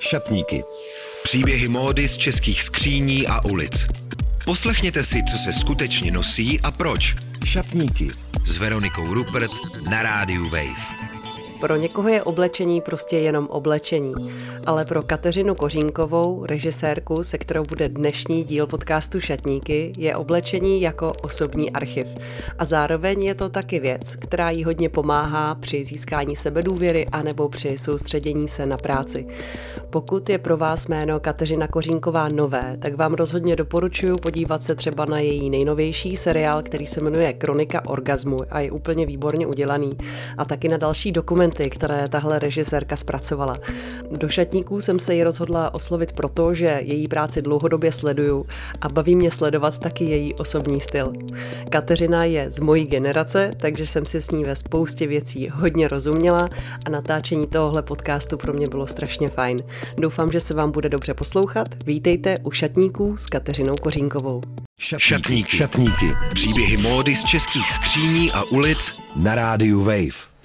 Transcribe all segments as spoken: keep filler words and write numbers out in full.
Šatníky. Příběhy módy z českých skříní a ulic. Poslechněte si, co se skutečně nosí a proč. Šatníky s Veronikou Rupert na rádiu Wave. Pro někoho je oblečení prostě jenom oblečení, ale pro Kateřinu Kořínkovou, režisérku, se kterou bude dnešní díl podcastu Šatníky, je oblečení jako osobní archiv. A zároveň je to taky věc, která jí hodně pomáhá při získání sebedůvěry anebo při soustředění se na práci. Pokud je pro vás jméno Kateřina Kořínková nové, tak vám rozhodně doporučuji podívat se třeba na její nejnovější seriál, který se jmenuje Kronika orgazmu a je úplně výborně udělaný. A taky na další dokumenty, které tahle režisérka zpracovala. Do Šatníků jsem se jí rozhodla oslovit proto, že její práci dlouhodobě sleduju a baví mě sledovat taky její osobní styl. Kateřina je z mojí generace, takže jsem si s ní ve spoustě věcí hodně rozuměla a natáčení tohohle podcastu pro mě bylo strašně fajn. Doufám, že se vám bude dobře poslouchat. Vítejte u Šatníků s Kateřinou Kořínkovou. Šatníky. Šatníky. Příběhy módy z českých skříní a ulic na rádiu Wave.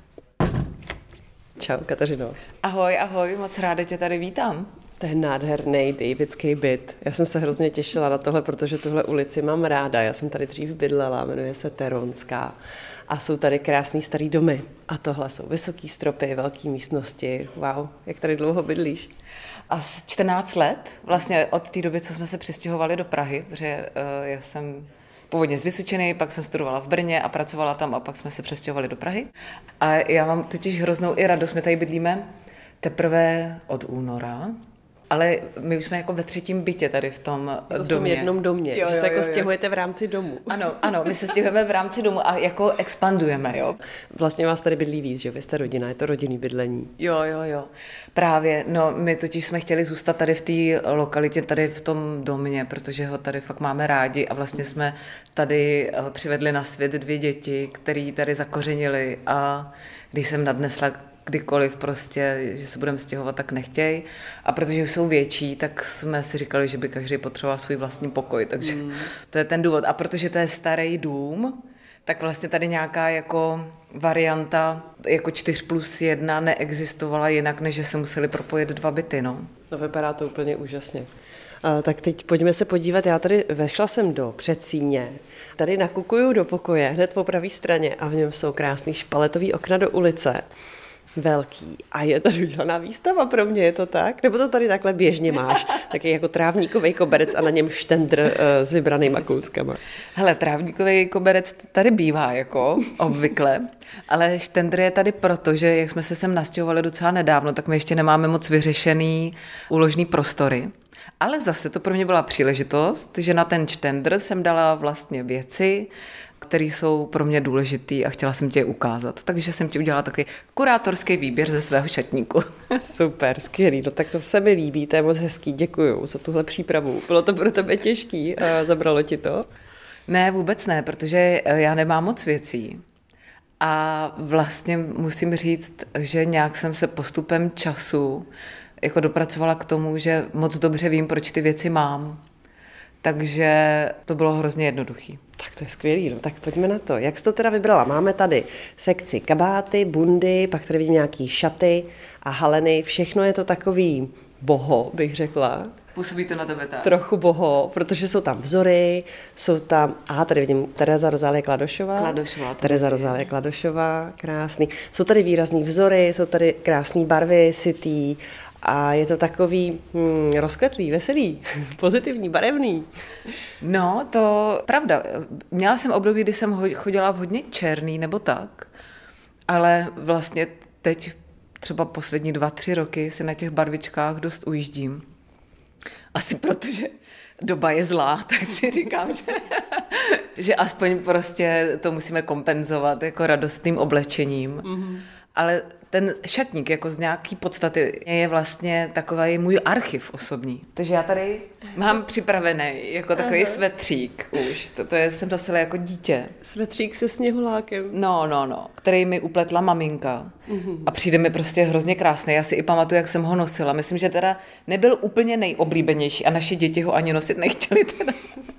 Čau, Kateřino. Ahoj, ahoj, moc ráda tě tady vítám. To je nádherný davidský byt. Já jsem se hrozně těšila na tohle, protože tuhle ulici mám ráda. Já jsem tady dřív bydlela, jmenuje se Teronská. A jsou tady krásný starý domy. A tohle jsou vysoký stropy, velké místnosti. Wow, jak tady dlouho bydlíš? A čtrnáct let, vlastně od té doby, co jsme se přestěhovali do Prahy, protože uh, já jsem původně z Vysočiny, pak jsem studovala v Brně a pracovala tam a pak jsme se přestěhovali do Prahy. A já mám totiž hroznou i radost, my tady bydlíme teprve od února, ale my už jsme jako ve třetím bytě tady v tom jako v domě. tom jednom domě, jo, že jo, se jako jo, jo. stěhujete v rámci domu. Ano, ano, my se stěhujeme v rámci domu a jako expandujeme, jo. Vlastně vás tady bydlí víc, že vy jste rodina, je to rodinný bydlení. Jo, jo, jo. Právě, no my totiž jsme chtěli zůstat tady v té lokalitě, tady v tom domě, protože ho tady fakt máme rádi a vlastně jsme tady přivedli na svět dvě děti, které tady zakořenili a když jsem nadnesla kdykoliv prostě, že se budeme stěhovat, tak nechtěj. A protože už jsou větší, tak jsme si říkali, že by každý potřeboval svůj vlastní pokoj, takže mm. to je ten důvod. A protože to je starý dům, tak vlastně tady nějaká jako varianta jako čtyři plus jedna neexistovala jinak, než že se museli propojit dva byty, no. No vypadá to úplně úžasně. A, tak teď pojďme se podívat, já tady vešla jsem do předsíně, tady nakukuju do pokoje, hned po pravé straně a v něm jsou krásný špaletový okna do ulice. Velký. A je tady udělaná výstava pro mě, je to tak? Nebo to tady takhle běžně máš? Taky jako trávníkový koberec a na něm štendr uh, s vybranýma kouskama. Hele, trávníkový koberec tady bývá jako obvykle, ale štendr je tady proto, že jak jsme se sem nastěhovali docela nedávno, tak my ještě nemáme moc vyřešený úložný prostory. Ale zase to pro mě byla příležitost, že na ten štendr jsem dala vlastně věci, které jsou pro mě důležitý a chtěla jsem tě je ukázat. Takže jsem ti udělala takový kurátorský výběr ze svého šatníku. Super, skvělý, no tak to se mi líbí, to je moc hezký, děkuju za tuhle přípravu. Bylo to pro tebe těžký a zabralo ti to? Ne, vůbec ne, protože já nemám moc věcí. A vlastně musím říct, že nějak jsem se postupem času jako dopracovala k tomu, že moc dobře vím, proč ty věci mám. Takže to bylo hrozně jednoduchý. Tak to je skvělý, no tak pojďme na to. Jak jsi to teda vybrala? Máme tady sekci kabáty, bundy, pak tady vidím nějaký šaty a haleny. Všechno je to takový boho, bych řekla. Působí to na tebe tak? Trochu boho, protože jsou tam vzory, jsou tam, aha, tady vidím Tereza Rozálie Kladošová. Kladošová. Tereza Rozálie Kladošová, krásný. Jsou tady výrazný vzory, jsou tady krásné barvy, sytý. A je to takový hmm, rozkvetlý, veselý, pozitivní, barevný. No, to pravda. Měla jsem období, kdy jsem chodila v hodně černý nebo tak, ale vlastně teď třeba poslední dva, tři roky se na těch barvičkách dost ujíždím. Asi protože doba je zlá, tak si říkám, že, že aspoň prostě to musíme kompenzovat jako radostným oblečením. Mm-hmm. Ale ten šatník jako z nějaký podstaty je vlastně takový můj archiv osobní. Takže já tady mám připravený jako takový Aha. svetřík už. To, to je, jsem nosila jako dítě. Svetřík se sněhulákem. No, no, no. Který mi upletla maminka. Uhum. A přijde mi prostě hrozně krásný. Já si i pamatuju, jak jsem ho nosila. Myslím, že teda nebyl úplně nejoblíbenější a naše děti ho ani nosit nechtěli teda.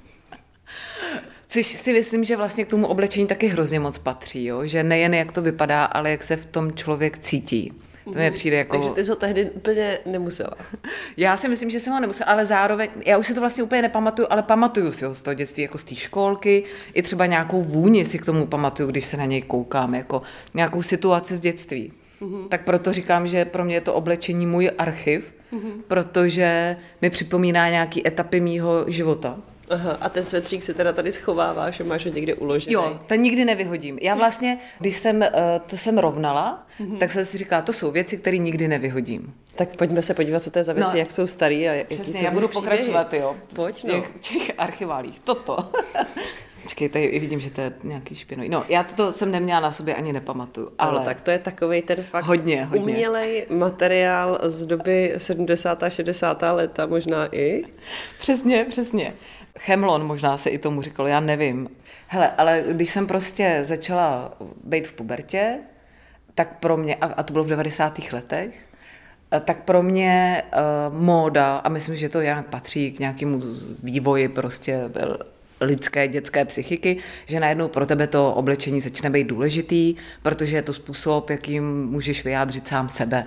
Což si myslím, že vlastně k tomu oblečení taky hrozně moc patří, jo? Že nejen jak to vypadá, ale jak se v tom člověk cítí. To mi přijde jako... Takže ty jsi ho tehdy úplně nemusela. Já si myslím, že jsem ho nemusela, ale zároveň, já už si to vlastně úplně nepamatuju, ale pamatuju si ho z toho dětství, jako z té školky, i třeba nějakou vůni si k tomu pamatuju, když se na něj koukám, jako nějakou situaci z dětství. Mm-hmm. Tak proto říkám, že pro mě je to oblečení můj archiv, mm-hmm. protože mi připomíná nějaké etapy mýho života. Aha, a ten svetřík si teda tady schovává, že máš ho někde uložený. Jo, ten nikdy nevyhodím. Já vlastně, když jsem to jsem rovnala, mm-hmm. tak jsem si říkala, to jsou věci, které nikdy nevyhodím. Tak pojďme se podívat, co to je za věci, no, jak jsou starý a jaký jsou. Přesně, já budu pokračovat, jo. Pojď, v těch, no. těch archiválích. Toto. Počkej, tady vidím, že to je nějaký špinový. No, já to jsem neměla na sobě, ani nepamatuju. Ale no, tak to je takovej ten fakt hodně, hodně. umělej materiál z doby sedmdesátá šedesátá léta, možná i. Přesně, přesně. Chemlon možná se i tomu říkalo, já nevím. Hele, ale když jsem prostě začala být v pubertě, tak pro mě, a to bylo v devadesátých letech, tak pro mě uh, móda, a myslím, že to nějak patří k nějakému vývoji prostě lidské, dětské psychiky, že najednou pro tebe to oblečení začne být důležitý, protože je to způsob, jakým můžeš vyjádřit sám sebe.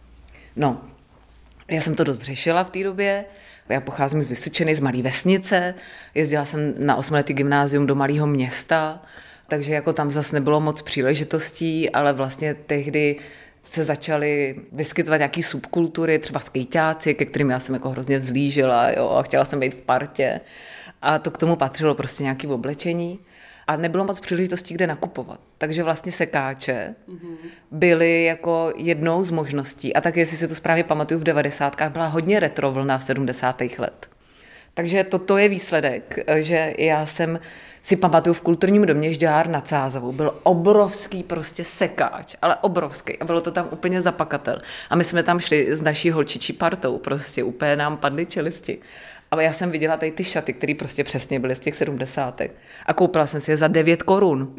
No, já jsem to dost řešila v té době. Já pocházím z Vysočiny, z malé vesnice, jezdila jsem na osmiletý gymnázium do malého města, takže jako tam zase nebylo moc příležitostí, ale vlastně tehdy se začaly vyskytovat nějaký subkultury, třeba skejťáci, ke kterým já jsem jako hrozně vzlížila, jo, a chtěla jsem být v partě. A to k tomu patřilo prostě nějaké oblečení. A nebylo moc příležitostí, kde nakupovat. Takže vlastně sekáče mm-hmm. byly jako jednou z možností. A tak, jestli si to správně pamatuju, v devadesátkách byla hodně retro vlna v sedmdesátých let. Takže toto je výsledek, že já jsem si pamatuju v kulturním domě Žďár nad Sázavou. Byl obrovský prostě sekáč, ale obrovský. A bylo to tam úplně zapakatel. A my jsme tam šli s naší holčičí partou, prostě úplně nám padly čelisti. Ale já jsem viděla tady ty šaty, které prostě přesně byly z těch sedmdesátek. A koupila jsem si je za devět korun.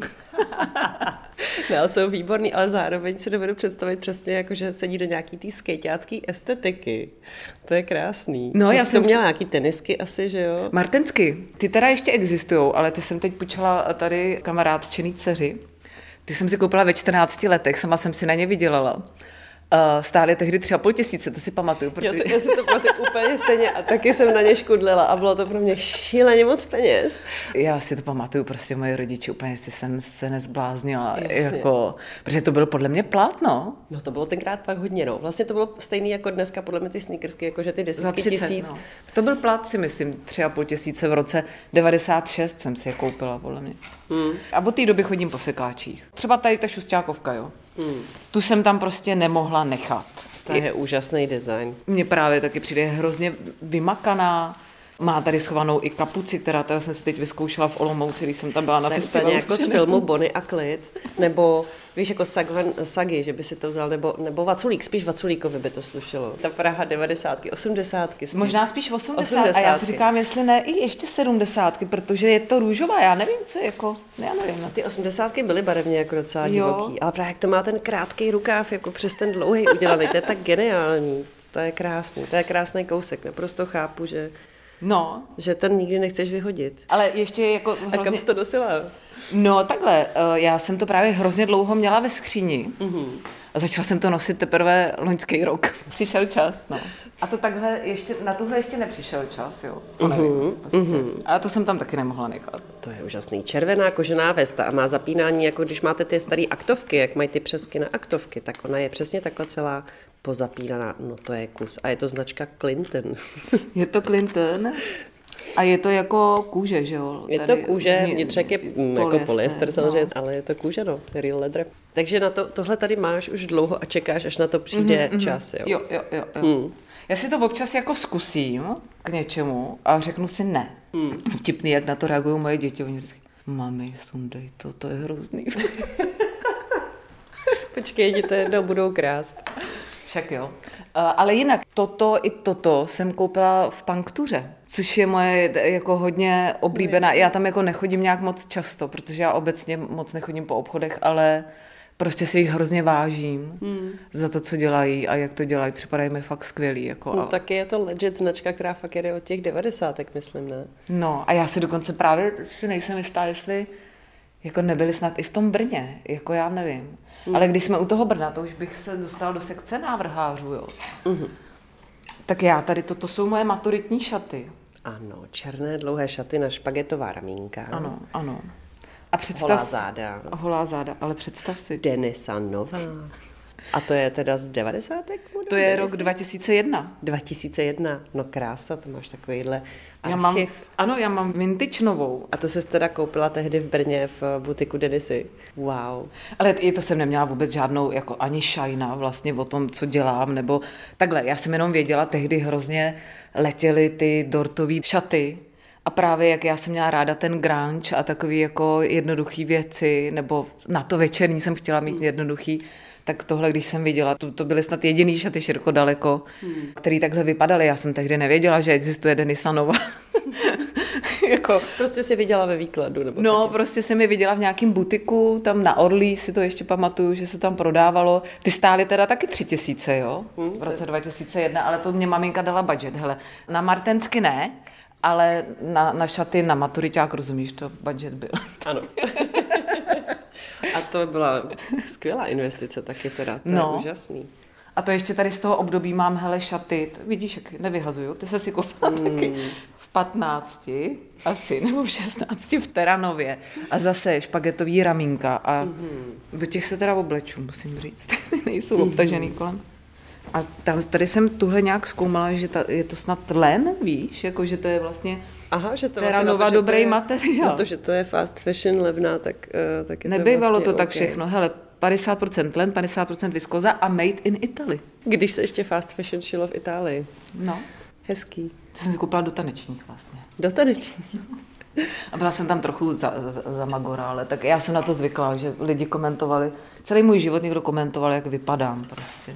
No, ale jsou výborný, ale zároveň si dovedu představit přesně, jako, že sedí do nějaký té skejťácký estetiky. To je krásný. No, Co já jsi jsem měla nějaký tenisky asi, že jo? Martensky, ty teda ještě existujou, ale ty jsem teď půjčila tady kamarádčený dceři. Ty jsem si koupila ve čtrnácti letech, sama jsem si na ně vydělala. Uh, stály tehdy tři a půl tisíce, to si pamatuju. Protože... Já, si, já si to pamatuju úplně stejně a taky jsem na ně škudlila a bylo to pro mě šíleně moc peněz. Já si to pamatuju, prostě moje rodiče úplně, jestli jsem se nezbláznila, jako, protože to bylo podle mě plátno. No to bylo tenkrát fakt hodně, no. Vlastně to bylo stejný jako dneska, podle mě ty sneakersky, jakože ty desítky třicet, tisíc. No. To byl plát, si myslím, tři a půl tisíce v roce devadesát šest jsem si je koupila, podle mě. Hmm. A od té doby chodím po sekáčích. Třeba tady ta šustákovka, jo. Hmm. Tu jsem tam prostě nemohla nechat. To je, je úžasný design. Mně právě taky přijde hrozně vymakaná. Má tady schovanou i kapuci, která teda jsem si teď vyzkoušela v Olomouci, když jsem tam byla na festivalu. Jako z filmu Bonnie a Clyde, nebo víš, jako Sagvan, Sagi, že by si to vzal, nebo, nebo Vaculík, spíš Vaculíkovi by to slušelo. Ta Praha devadesátky, osmdesátky. Spíš. Možná spíš osmdesátky. A já si říkám, jestli ne i ještě sedmdesátky, protože je to růžová, já nevím, co je jako, já nevím. A ty osmdesátky byly barevně jako docela divoký, ale právě jak to má ten krátký rukáv, jako přes ten dlouhý udělaný, to je tak geniální, to je krásný, to je krásný kousek, naprosto chápu, že No. Že ten nikdy nechceš vyhodit. Ale ještě jako hrozně... A kam jsi to nosila? No takhle, já jsem to právě hrozně dlouho měla ve skříni. Mm-hmm. A začala jsem to nosit teprve loňský rok. Přišel čas, no. A to takhle ještě, na tuhle ještě nepřišel čas, jo. To nevím, mm-hmm. prostě. Mm-hmm. A to jsem tam taky nemohla nechat. To je úžasný. Červená kožená vesta a má zapínání, jako když máte ty staré aktovky, jak mají ty přesky na aktovky, tak ona je přesně takhle celá pozapínaná. No to je kus. A je to značka Clinton. Je to Clinton. A je to jako kůže, že jo? Je to kůže, vnitřek je polyester, jako polyester samozřejmě, no. Ale je to kůže, no, real leather. Takže na to, tohle tady máš už dlouho a čekáš, až na to přijde mm-hmm, čas, jo? Jo, jo, jo. jo. Hmm. Já si to občas jako zkusím k něčemu a řeknu si ne. Hmm. Vtipný, jak na to reagují moje děti. Oni říkají, mami, sundej to, to je hrozný. Počkej, děti jednou budou krást. Však jo. Ale jinak toto i toto jsem koupila v Panktuře, což je moje jako hodně oblíbená. Já tam jako nechodím nějak moc často, protože já obecně moc nechodím po obchodech, ale prostě si jich hrozně vážím hmm. za to, co dělají a jak to dělají. Připadají mi fakt skvělý. Jako, no, taky je to legit značka, která fakt jede od těch devadesátek, myslím, ne? No a já si dokonce právě si nejsem jistá, jestli jako nebyly snad i v tom Brně, jako já nevím. Mm. Ale když jsme u toho Brna, to už bych se dostala do sekce návrhářů, jo. Mm. Tak já tady, toto jsou moje maturitní šaty. Ano, černé dlouhé šaty na špagetová ramínka. Ano, ano. A představ holá záda. Holá záda, ale představ si. Denisa Nová. A to je teda z devadesátek? To je rok dva tisíce jedna. dva tisíce jedna, no krása, to máš takovýhle archiv. Já mám, ano, já mám vintage novou. A to ses teda koupila tehdy v Brně v butiku Denisy. Wow. Ale i to jsem neměla vůbec žádnou, jako ani šajna vlastně o tom, co dělám, nebo takhle, já jsem jenom věděla, tehdy hrozně letěly ty dortový šaty. A právě jak já jsem měla ráda ten grunge a takový jako jednoduchý věci, nebo na to večerní jsem chtěla mít jednoduchý, tak tohle, když jsem viděla, to, to byly snad jediný šaty široko daleko, hmm. který takhle vypadaly. Já jsem tehdy nevěděla, že existuje Denisa Nova. jako, prostě si viděla ve výkladu. Nebo no, taky. Prostě jsem je viděla v nějakém butiku, tam na Orlí si to ještě pamatuju, že se tam prodávalo. Ty stály teda taky tři tisíce, jo, hmm, v roce dva tisíce jedna, ale to mě maminka dala budget, hele. Na Martensky ne, ale na, na šaty na maturiťák, rozumíš, to budget byl. Ano. A to byla skvělá investice taky teda, to no. je úžasný. A to ještě tady z toho období mám, hele, šaty, vidíš, jak nevyhazuju, ty se si koupila mm. taky v patnácti asi, nebo v šestnácti v Teranově. A zase špagetový ramínka a mm-hmm. do těch se teda obleču, musím říct, nejsou mm-hmm. obtažený kolem. A tam, tady jsem tuhle nějak zkoumala, že ta, je to snad len, víš, jako že to je vlastně Aha, že to Teranova vlastně dobrý je, materiál. Na to, že to je fast fashion levná, tak, uh, tak je Nebývalo to vlastně to tak okay. všechno. Hele, padesát procent len, padesát procent viskoza a made in Italy. Když se ještě fast fashion šilo v Itálii. No. Hezký. To jsem si koupila do tanečních vlastně. Do tanečních. A byla jsem tam trochu za, za, za magora, ale tak já jsem na to zvykla, že lidi komentovali, celý můj život někdo komentoval, jak vypadám prostě.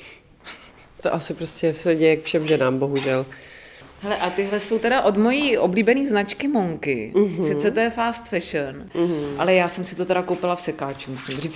To asi prostě se děje k všem ženám, bohužel. Hele, a tyhle jsou teda od mojí oblíbené značky Monky. Uh-huh. Sice to je fast fashion, uh-huh. ale já jsem si to teda koupila v sekáči, musím říct.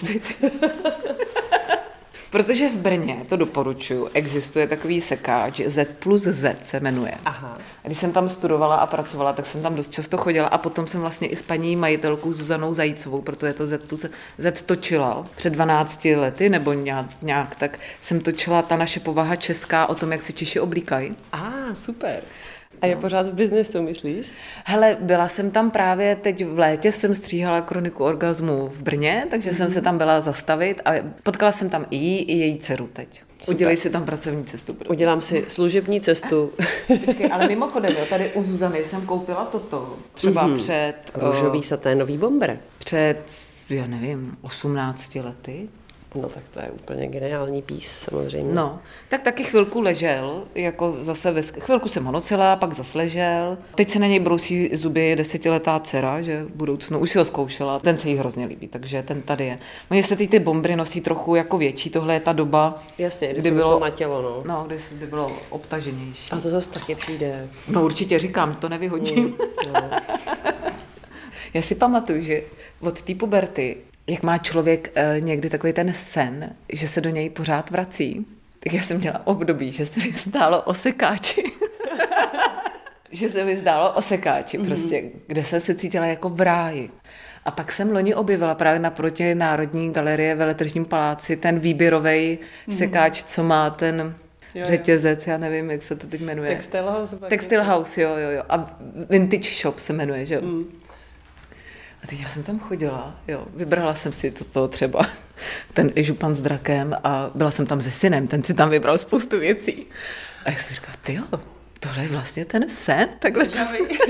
Protože v Brně, to doporučuju, existuje takový sekáč, Z plus Z se jmenuje. Aha. A když jsem tam studovala a pracovala, tak jsem tam dost často chodila a potom jsem vlastně i s paní majitelkou Zuzanou Zajícovou, protože to Z plus Z točila před dvanácti lety, nebo nějak, nějak tak jsem točila Ta naše povaha česká o tom, jak se Češi oblíkají. Ah, super. A je no. pořád v biznesu, myslíš? Hele, byla jsem tam právě teď v létě, jsem stříhala Kroniku orgazmu v Brně, takže mm-hmm. jsem se tam byla zastavit a potkala jsem tam i jí, i její dceru teď. Super. Udělej si tam pracovní cestu. Protože. Udělám si služební cestu. Počkej, ale mimochodem, jo, tady u Zuzany jsem koupila toto, třeba mm-hmm. před... Růžový saténový bomber. Před, já nevím, osmnácti lety. No tak to je úplně geniální pís, samozřejmě. No, tak taky chvilku ležel, jako zase ve, chvilku jsem ho nosila, pak zase ležel. Teď se na něj brousí zuby desetiletá dcera, že v budoucnu už si ho zkoušela, ten se jí hrozně líbí, takže ten tady je. Oni se ty, ty bombry nosí trochu jako větší, tohle je ta doba, jasně, kdy, kdy bylo na tělo, no. No, kdy, kdy bylo obtaženější. A to zase taky přijde. No určitě říkám, to nevyhodím. Mm, no. Já si pamatuju, že od té puberty, jak má člověk e, někdy takový ten sen, že se do něj pořád vrací, tak já jsem měla období, že se mi zdálo o sekáči. že se mi zdálo o sekáči, prostě, mm-hmm. kde jsem se cítila jako v ráji. A pak jsem loni objevila právě naproti Národní galerie ve Veletržním paláci ten výběrovej mm-hmm. sekáč, co má ten jo, řetězec, jo. Já nevím, jak se to teď jmenuje. Textile House. Textile House, jo, jo, jo. A Vintage Shop se jmenuje, že jo. Mm. A teď já jsem tam chodila, jo, vybrala jsem si toto třeba, ten župan s drakem a byla jsem tam se synem, ten si tam vybral spoustu věcí. A já jsem říkala, tyjo, tohle je vlastně ten sen, takhle to...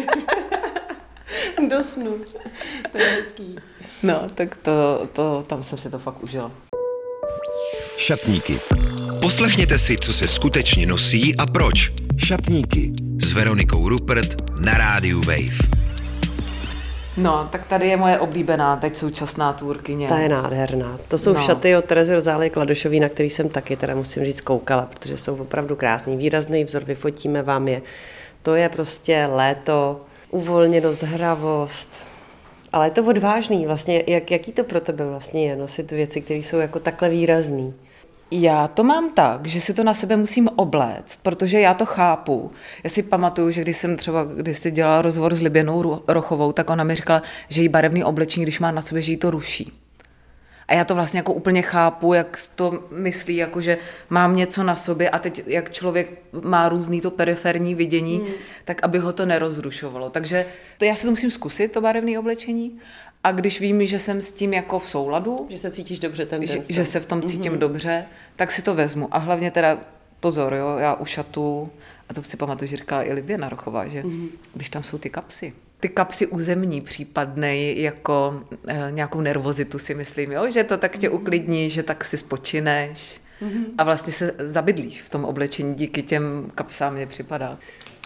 Do snu, to je hezký. No, tak to, to, tam jsem si to fakt užila. Šatníky. Poslechněte si, co se skutečně nosí a proč. Šatníky s Veronikou Rupert na rádiu Wave. No, tak tady je moje oblíbená, teď současná tvůrkyně. Ta je nádherná. To jsou no. šaty od Terezy Rozálie Kladošové, na který jsem taky, teda musím říct, koukala, protože jsou opravdu krásný. Výrazný vzor, vyfotíme vám je. To je prostě léto, uvolněnost, hravost. Ale je to odvážný vlastně. Jak, jaký to pro tebe vlastně je nosit věci, které jsou jako takhle výrazný? Já to mám tak, že si to na sebe musím obléct, protože já to chápu. Já si pamatuju, že když jsem třeba, když si dělala rozhovor s Liběnou Rochovou, tak ona mi říkala, že jí barevný oblečení, když má na sobě, že jí to ruší. A já to vlastně jako úplně chápu, jak to myslí, jako že mám něco na sobě a teď, jak člověk má různý to periferní vidění, hmm. tak aby ho to nerozrušovalo. Takže to já si to musím zkusit, to barevné oblečení. A když vím, že jsem s tím jako v souladu, že se cítíš dobře ten den, že, že se v tom cítím mm-hmm. dobře, tak si to vezmu. A hlavně teda pozor, jo, já u šatu, a to si pamatuju, že říkala i Liběna Rochová, že mm-hmm. když tam jsou ty kapsy, ty kapsy uzemní případnej jako e, nějakou nervozitu si myslím, jo, že to tak tě uklidní, že tak si spočineš mm-hmm. a vlastně se zabydlíš v tom oblečení, díky těm kapsám mě připadá.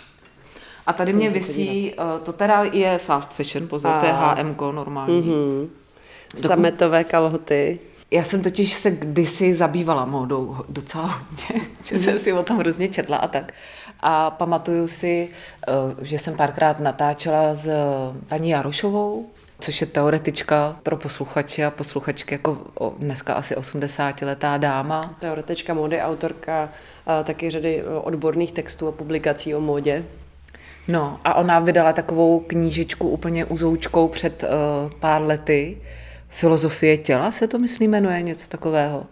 A tady mě visí, to teda je fast fashion, pozor, a... to je há em ko normální. Mm-hmm. Sametové kalhoty. Já jsem totiž se kdysi zabývala módou docela hodně, že jsem si o tom hrozně četla a tak. A pamatuju si, že jsem párkrát natáčela s paní Jarošovou, což je teoretička pro posluchače a posluchačky, jako dneska asi osmdesátiletá dáma. Teoretička módy, autorka taky řady odborných textů a publikací o módě. No a ona vydala takovou knížičku úplně uzoučkou před uh, pár lety. Filozofie těla se to, myslím, jmenuje, něco takového.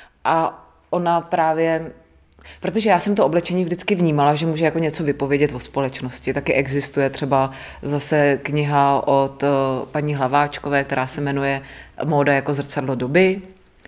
A ona právě, protože já jsem to oblečení vždycky vnímala, že může jako něco vypovědět o společnosti. Taky existuje třeba zase kniha od uh, paní Hlaváčkové, která se jmenuje Móda jako zrcadlo doby.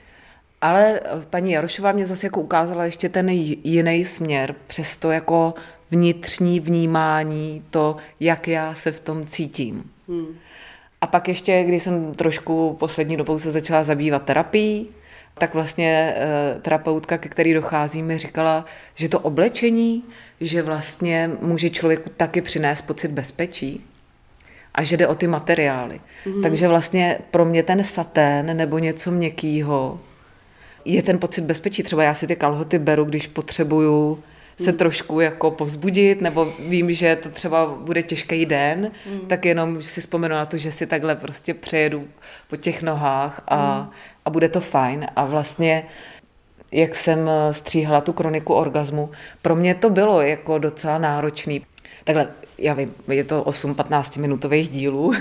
Ale paní Jarošová mě zase jako ukázala ještě ten jiný směr, přesto jako vnitřní vnímání, to, jak já se v tom cítím. Hmm. A pak ještě, když jsem trošku poslední dobou se začala zabývat terapií, tak vlastně e, terapeutka, ke který dochází, mi říkala, že to oblečení, že vlastně může člověku taky přinést pocit bezpečí a že jde o ty materiály. Hmm. Takže vlastně pro mě ten satén nebo něco měkkýho je ten pocit bezpečí. Třeba já si ty kalhoty beru, když potřebuju se trošku jako povzbudit, nebo vím, že to třeba bude těžký den, mm. tak jenom si vzpomenu na to, že si takhle prostě přejedu po těch nohách a, mm. a bude to fajn. A vlastně, jak jsem stříhala tu kroniku orgazmu, pro mě to bylo jako docela náročný. Takhle, já vím, je to osm patnáctiminutových dílů,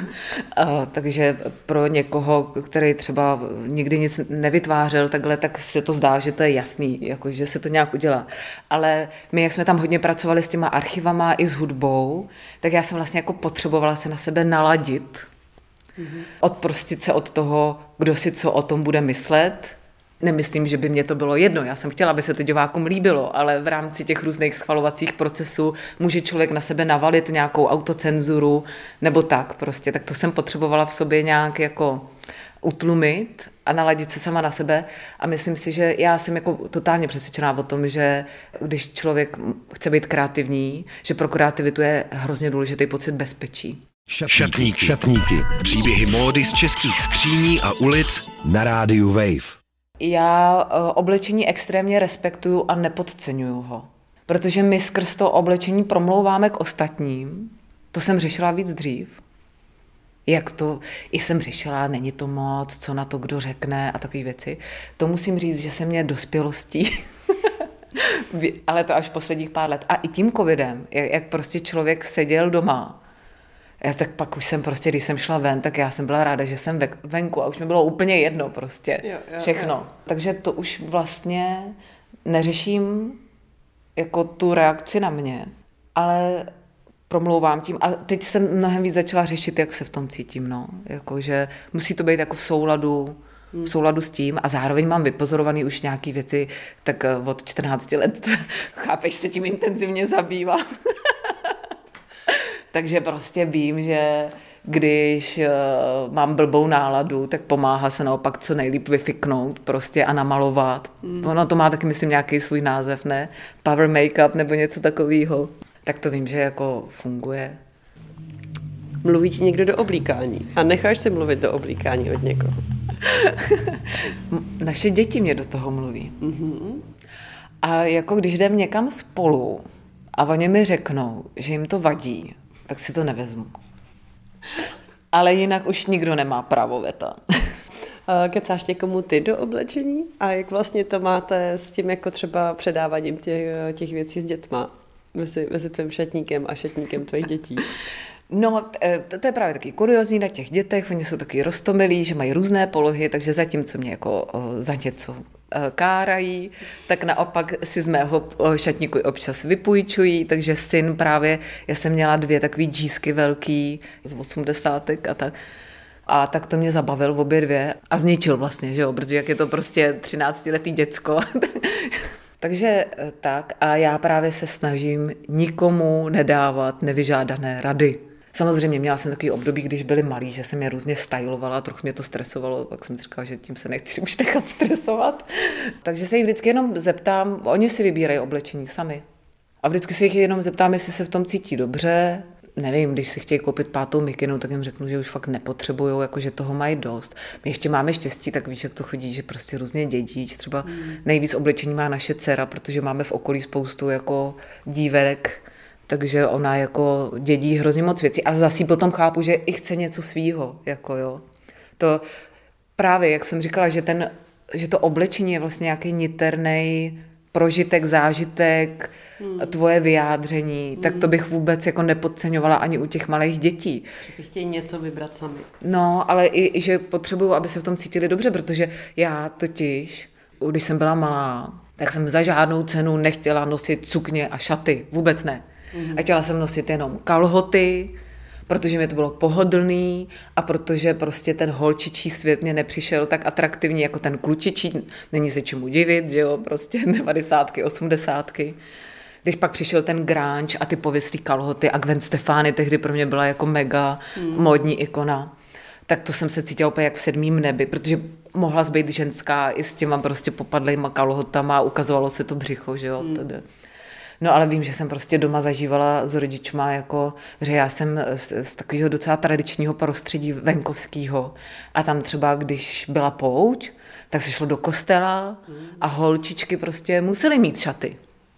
takže pro někoho, který třeba nikdy nic nevytvářel takhle, tak se to zdá, že to je jasný, jako, že se to nějak udělá. Ale my, jak jsme tam hodně pracovali s těma archivama i s hudbou, tak já jsem vlastně jako potřebovala se na sebe naladit, mm-hmm. odprostit se od toho, kdo si co o tom bude myslet. Nemyslím, že by mě to bylo jedno, já jsem chtěla, aby se to divákům líbilo, ale v rámci těch různých schvalovacích procesů může člověk na sebe navalit nějakou autocenzuru nebo tak prostě, tak to jsem potřebovala v sobě nějak jako utlumit a naladit se sama na sebe a myslím si, že já jsem jako totálně přesvědčená o tom, že když člověk chce být kreativní, že pro kreativitu je hrozně důležitý pocit bezpečí. Šatníky. Šatníky. Příběhy módy z českých skříní a ulic na rádiu Wave. Já oblečení extrémně respektuju a nepodceňuju ho. Protože my skrz to oblečení promlouváme k ostatním. To jsem řešila víc dřív. Jak to, i jsem řešila, není to moc, co na to kdo řekne a takové věci. To musím říct, že se mě dospělostí, ale to až posledních pár let. A i tím covidem, jak, jak prostě člověk seděl doma, já tak pak už jsem prostě, když jsem šla ven, tak já jsem byla ráda, že jsem venku a už mi bylo úplně jedno prostě, jo, jo, všechno. Jo. Takže to už vlastně neřeším jako tu reakci na mě, ale promlouvám tím. A teď jsem mnohem víc začala řešit, jak se v tom cítím, no. Jako, že musí to být jako v souladu, v souladu s tím a zároveň mám vypozorovaný už nějaký věci, tak od čtrnácti let, chápeš, se tím intenzivně zabývám. Takže prostě vím, že když uh, mám blbou náladu, tak pomáhá se naopak co nejlíp vyfiknout prostě a namalovat. Mm. Ono to má taky, myslím, nějaký svůj název, ne? Power make-up nebo něco takového. Tak to vím, že jako funguje. Mluví ti někdo do oblíkání a necháš si mluvit do oblíkání od někoho? Naše děti mě do toho mluví. Mm-hmm. A jako když jdem někam spolu a oni mi řeknou, že jim to vadí, tak si to nevezmu. Ale jinak už nikdo nemá právo veta. Kecáš někomu ty do oblečení? A jak vlastně to máte s tím jako třeba předáváním těch, těch věcí s dětma? Mezi, mezi tvým šatníkem a šatníkem tvých dětí? No, to, to je právě taky kuriozní na těch dětech, oni jsou taky roztomilí, že mají různé polohy, takže zatímco mě jako o, za něco kárají, tak naopak si z mého šatníku občas vypůjčují, takže syn právě, já jsem měla dvě takový džísky velký z osmdesátek a tak, a tak to mě zabavil obě dvě a zničil vlastně, že jo, protože jak je to prostě třináctiletý děcko. Takže tak a já právě se snažím nikomu nedávat nevyžádané rady. Samozřejmě měla jsem takový období, když byli malí, že jsem je různě stylovala, trochu mě to stresovalo, pak jsem si říkala, že tím se nechci už nechat stresovat. Takže se jich vždycky jenom zeptám, oni si vybírají oblečení sami. A vždycky se jich jenom zeptám, jestli se v tom cítí dobře. Nevím, když si chtějí koupit pátou mikinu, tak jim řeknu, že už fakt nepotřebujou, jako že toho mají dost. My ještě máme štěstí, tak víš, jak to chodí, že prostě různě dědíč. Třeba nejvíc oblečení má naše dcera, protože máme v okolí spoustu jako dívek, takže ona jako dědí hrozně moc věcí, ale zase potom chápu, že i chce něco svýho, jako jo. To právě, jak jsem říkala, že, ten, že to oblečení je vlastně nějaký niternej prožitek, zážitek, hmm. tvoje vyjádření, hmm. tak to bych vůbec jako nepodceňovala ani u těch malých dětí. Že si chtějí něco vybrat sami. No, ale i, i že potřebuju, aby se v tom cítili dobře, protože já totiž, když jsem byla malá, tak jsem za žádnou cenu nechtěla nosit sukně a šaty, vůbec ne. Hmm. A chtěla jsem nosit jenom kalhoty, protože mi to bylo pohodlný a protože prostě ten holčičí svět mě nepřišel tak atraktivní jako ten klučičí, není se čemu divit, že jo, prostě devadesátky, osmdesátky. Když pak přišel ten grunge a ty pověslý kalhoty a Gwen Stefani tehdy pro mě byla jako mega hmm. módní ikona, tak to jsem se cítila úplně jak v sedmým nebi, protože mohla být ženská i s těma prostě popadlejma kalhotama a ukazovalo se to břicho, že jo, hmm. tedy. No ale vím, že jsem prostě doma zažívala s rodičma, jako, že já jsem z, z takového docela tradičního prostředí venkovského a tam třeba, když byla pouť, tak se šlo do kostela a holčičky prostě musely mít šaty.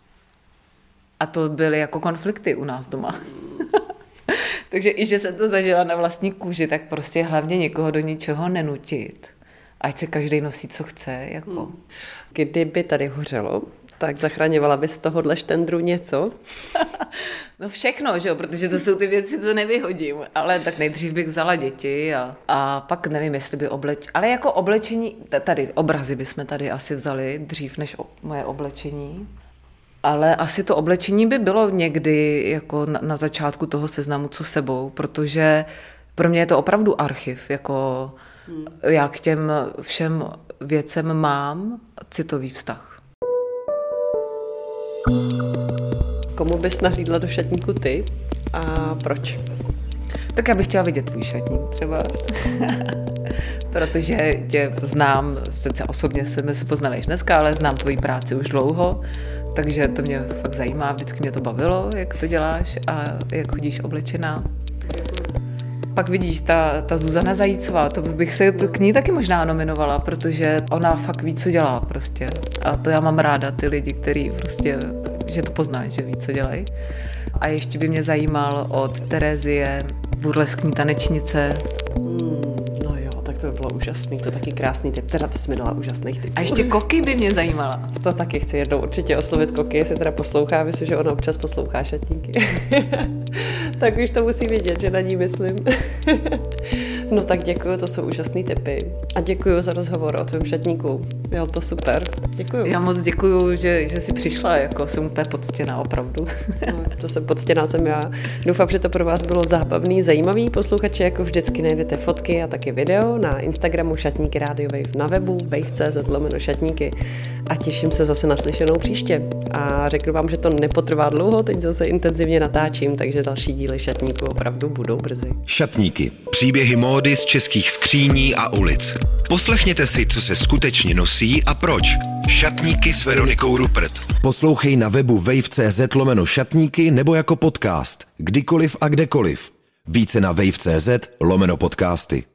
A to byly jako konflikty u nás doma. Takže i, že jsem to zažila na vlastní kůži, tak prostě hlavně někoho do ničeho nenutit. Ať se každý nosí, co chce. Jako. Kdyby tady hořelo, tak zachraňovala bys z tohohle štendru něco? No všechno, že jo, protože to jsou ty věci, co nevyhodím, ale tak nejdřív bych vzala děti a, a pak nevím, jestli by obleč... Ale jako oblečení, tady obrazy bychom tady asi vzali dřív než o, moje oblečení, ale asi to oblečení by bylo někdy jako na, na začátku toho seznamu, co sebou, protože pro mě je to opravdu archiv, jako hmm. já k těm všem věcem mám citový vztah. Komu bys nahlídla do šatníku ty a proč? Tak já bych chtěla vidět tvůj šatník třeba, protože tě znám, sice osobně jsme se poznali až dneska, ale znám tvoji práci už dlouho, takže to mě fakt zajímá, vždycky mě to bavilo, jak to děláš a jak chodíš oblečená. Pak vidíš, ta, ta Zuzana Zajícová, to bych se k ní taky možná nominovala, protože ona fakt ví, co dělá prostě. A to já mám ráda, ty lidi, který prostě, že to poznáš, že ví, co dělají. A ještě by mě zajímal od Terezie, burleskní tanečnice. Hmm, no jo, tak to by bylo úžasný, to taky krásný tip, teda ty jsi mi dala úžasných tipů. A ještě Koky by mě zajímala. To taky chci jednou určitě oslovit Koky, jestli teda poslouchá, myslím, že ona občas poslouchá šatníky. Tak už to musí vědět, že na ní myslím. No tak děkuju, to jsou úžasný tipy. A děkuju za rozhovor o tvém šatníku. Bylo to super. Děkuju. Já moc děkuju, že, že jsi přišla, jako jsem úplně poctěná, opravdu. No, to jsem poctěná jsem já. Doufám, že to pro vás bylo zábavný, zajímavý. Posluchači, jako vždycky najdete fotky a taky video na Instagramu Šatníky Radio Wave, na webu wave tečka cz lomeno šatníky. A těším se zase na slyšenou příště. A řeknu vám, že to nepotrvá dlouho, teď zase intenzivně natáčím, takže další díly Šatníků opravdu budou brzy. Šatníky. Příběhy módy z českých skříní a ulic. Poslechněte si, co se skutečně nosí a proč. Šatníky s Veronikou Rupert. Poslouchej na webu wave tečka cz lomeno šatníky nebo jako podcast. Kdykoliv a kdekoliv. Více na wave tečka cz lomeno podcasty.